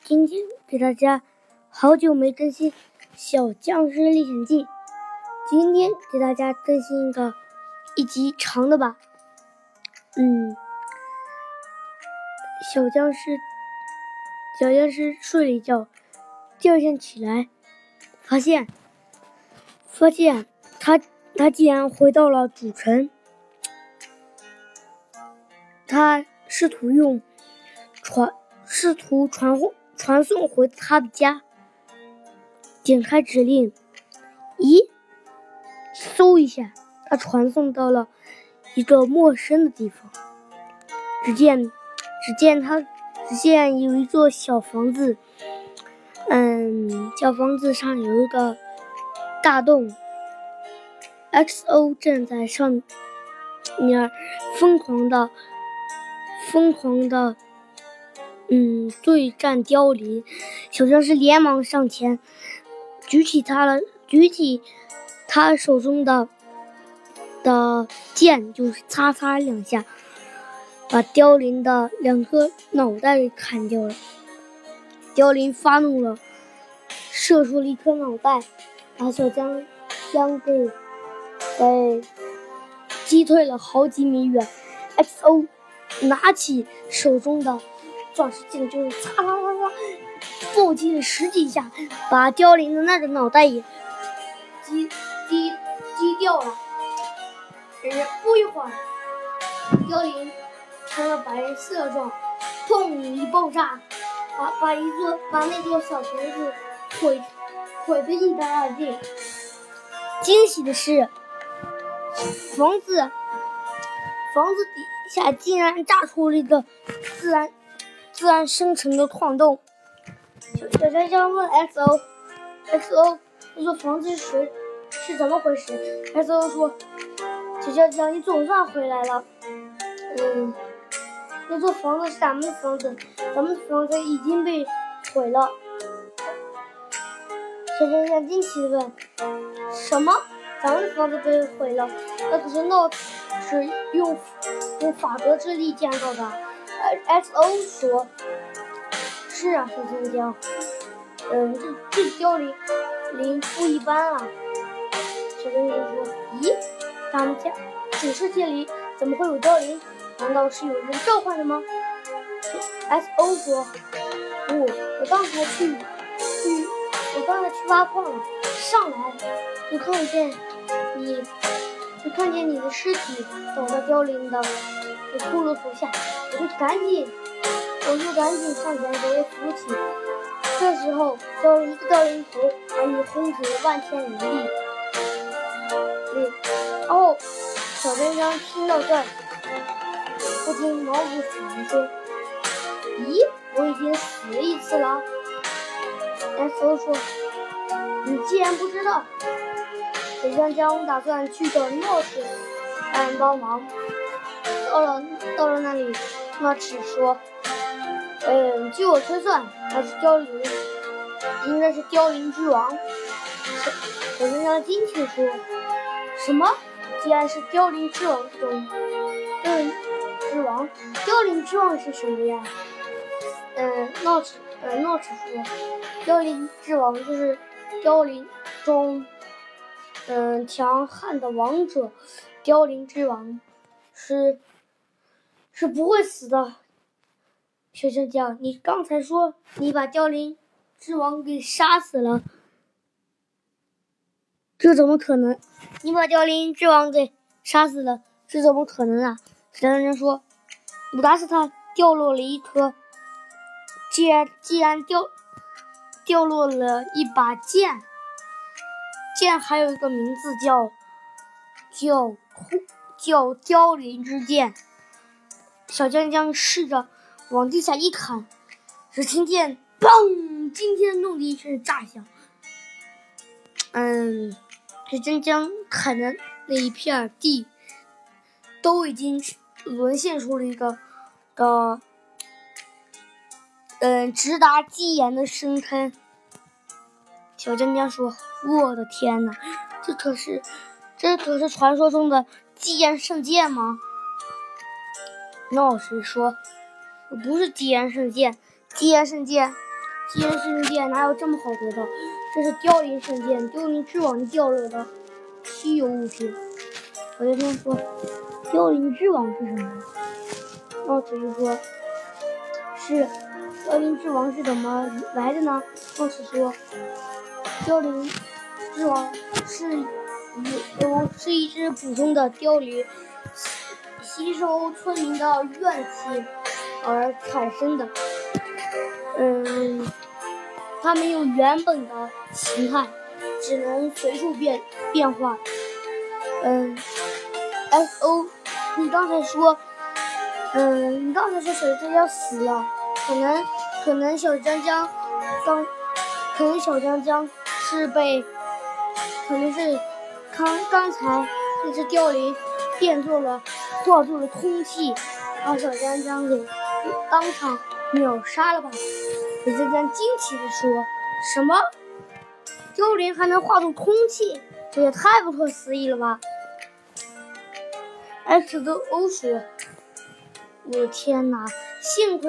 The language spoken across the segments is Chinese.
今天给大家好久没更新《小僵尸历险记》，今天给大家更新一集长的吧。小僵尸睡了一觉，第二天起来，发现他竟然回到了主城。他试图传送回他的家。点开指令，搜一下，他传送到了一个陌生的地方。只见有一座小房子，小房子上有一个大洞。XO 正在上面疯狂的对战凋零。小僵尸连忙上前，举起他手中的剑，就是擦擦两下，把凋零的2个脑袋给砍掉了。凋零发怒了，射出了1颗脑袋，把小僵给击退了好几米远。XO 拿起手中的钻石剑，就是擦暴击了10几下，把凋零的那个脑袋也击掉了。不一会儿，凋零成了白色状，砰一爆炸，把那座小房子毁得一干二净。惊喜的是，房子底下竟然炸出了一个自然生成的矿洞。小僵尸问 XO， 那座房子是怎么回事？ XO 说，小僵尸，你总算回来了。那座房子是咱们的房子，咱们的房子已经被毁了。小僵尸惊奇地问，什么？咱们的房子被毁了？那可是是用法则之力建造的。XO 说，是啊，小僵尸，这凋零不一般啊。小僵尸说，咦，咱们家这世界里怎么会有凋零？难道是有人召唤的吗？ XO 说，我刚才去挖矿了，上来就看见你的尸体倒在凋零的骷髅头下，我就赶紧上前给我扶起。这时候一个凋零头把你轰起万千里地。然后小僵尸听到这儿，不禁毛骨悚然说，咦，我已经死了1次了。XO 说，你既然不知道，小僵尸打算去找诺奇帮忙。到了那里，诺奇说，据我推算，他是应该是凋零之王。小僵尸惊奇说，什么？既然是凋零之王凋零之王是什么呀？诺奇说，凋零之王就是凋零中强悍的王者。凋零之王是不会死的。小僵尸，你刚才说你把凋零之王给杀死了，这怎么可能？你把凋零之王给杀死了，这怎么可能啊？小僵尸说，我打死他掉落了一颗，既然掉落了一把剑还有一个名字叫凋零之剑。小僵尸试着往地下一砍，只听见砰，惊天动地一声炸响。小僵尸砍的那一片地都已经沦陷出了一个直达基岩的深坑。小僵尸说，我的天哪，这可是传说中的基岩圣剑吗？闹师说，不是基岩圣剑，基岩圣剑极人圣剑哪有这么好得到？这是凋零圣剑，凋零之王掉落的稀有物品。我就听说，凋零之王是什么？我只是说，是凋零之王是怎么来的呢？我是说，凋零之王是一只普通的凋零，吸收村民的怨气而产生的。它没有原本的形态，只能随处变化。SO， 你刚才说小江江死了，可能小江江是被，可能是刚才那只凋零化作了空气，把小江江给当场秒杀了吧？小江江惊奇地说：“什么？凋零还能化作空气？这也太不可思议了吧！”SO说：“我的天哪！幸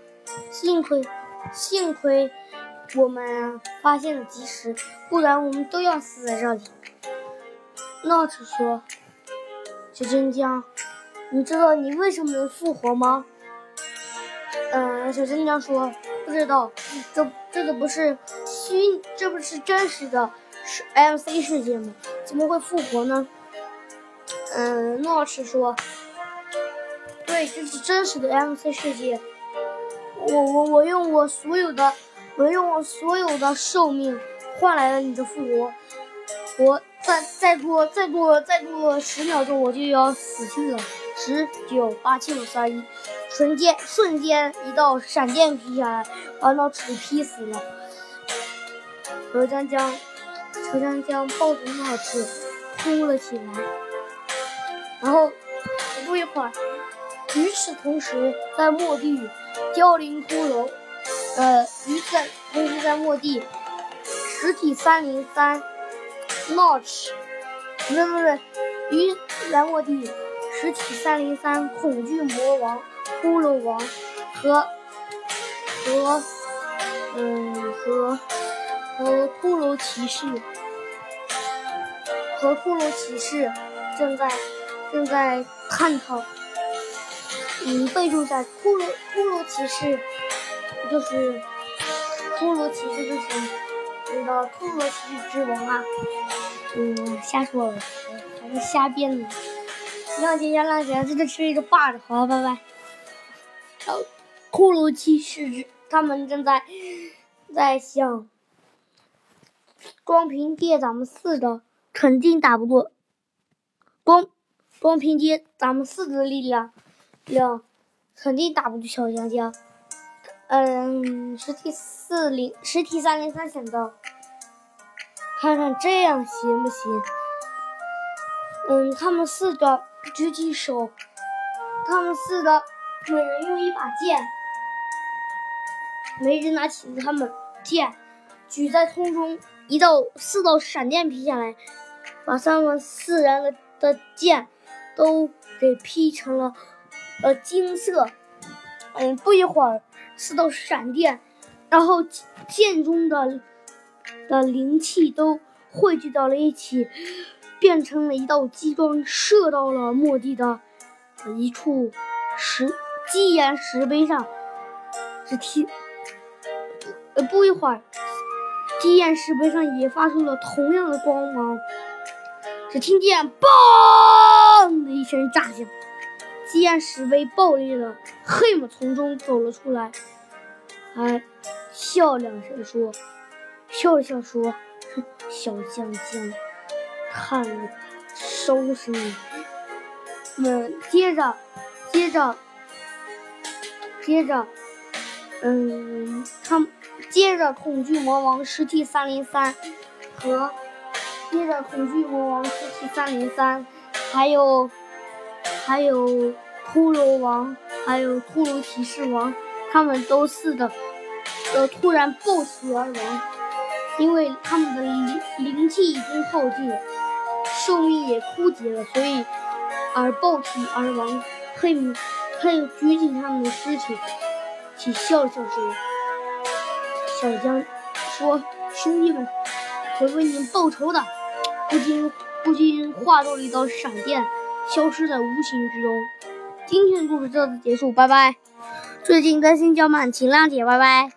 亏我们发现的及时，不然我们都要死在这里。”Not 说：“小江江，你知道你为什么能复活吗？”小江江说：“不知道，这不是真实的MC 世界吗？怎么会复活呢？”Not 说：“对，这是真实的 MC 世界。我用我所有的寿命换来了你的复活。我再过10秒钟我就要死去了。10、9、8、7、5、4、2、1，瞬间一道闪电劈下来，把Not给劈死了。”小江江抱着Not哭了起来。然后不一会儿，与此同时，在末地凋零骷髅，在末地实体303 Notch， 不是，在末地实体303恐惧魔王、骷髅王和骷髅骑士正在探讨。备注一下，骷髅骑士就是你知道骷髅骑士之王啊。瞎说了，还是瞎编的。浪姐，这就是一个 bug。好了，拜拜。骷髅骑士他们正在想，光凭借咱们4的肯定打不过，光凭借咱们4的力量肯定打不过小江江。实体303想到，看看这样行不行？他们4个举起手，他们4个每人用一把剑，每人拿起他们剑举在空中，4道闪电劈下来，把他们4人的剑都给劈成了金色。不一会儿，4道闪电，然后剑中的灵气都汇聚到了一起，变成了一道激光，射到了末地的一处基岩石碑上。不一会儿，基岩石碑上也发出了同样的光芒，只听见砰的一声炸响，基岩石碑爆裂了，黑姆从中走了出来，还笑了2声说：“小江江，看我收拾你。”接着恐惧魔王实体303和还有骷髅王，还有骷髅骑士王，他们都突然暴死而亡，因为他们的灵气已经耗尽，寿命也枯竭了，所以暴体而亡。黑姆举起他们的尸体，笑了笑说：“ 小江说：“兄弟们，会为您报仇的。”不禁化作了一道闪电，消失在无形之中。今天的故事到此结束，拜拜。最近更新较慢，请谅解，拜拜。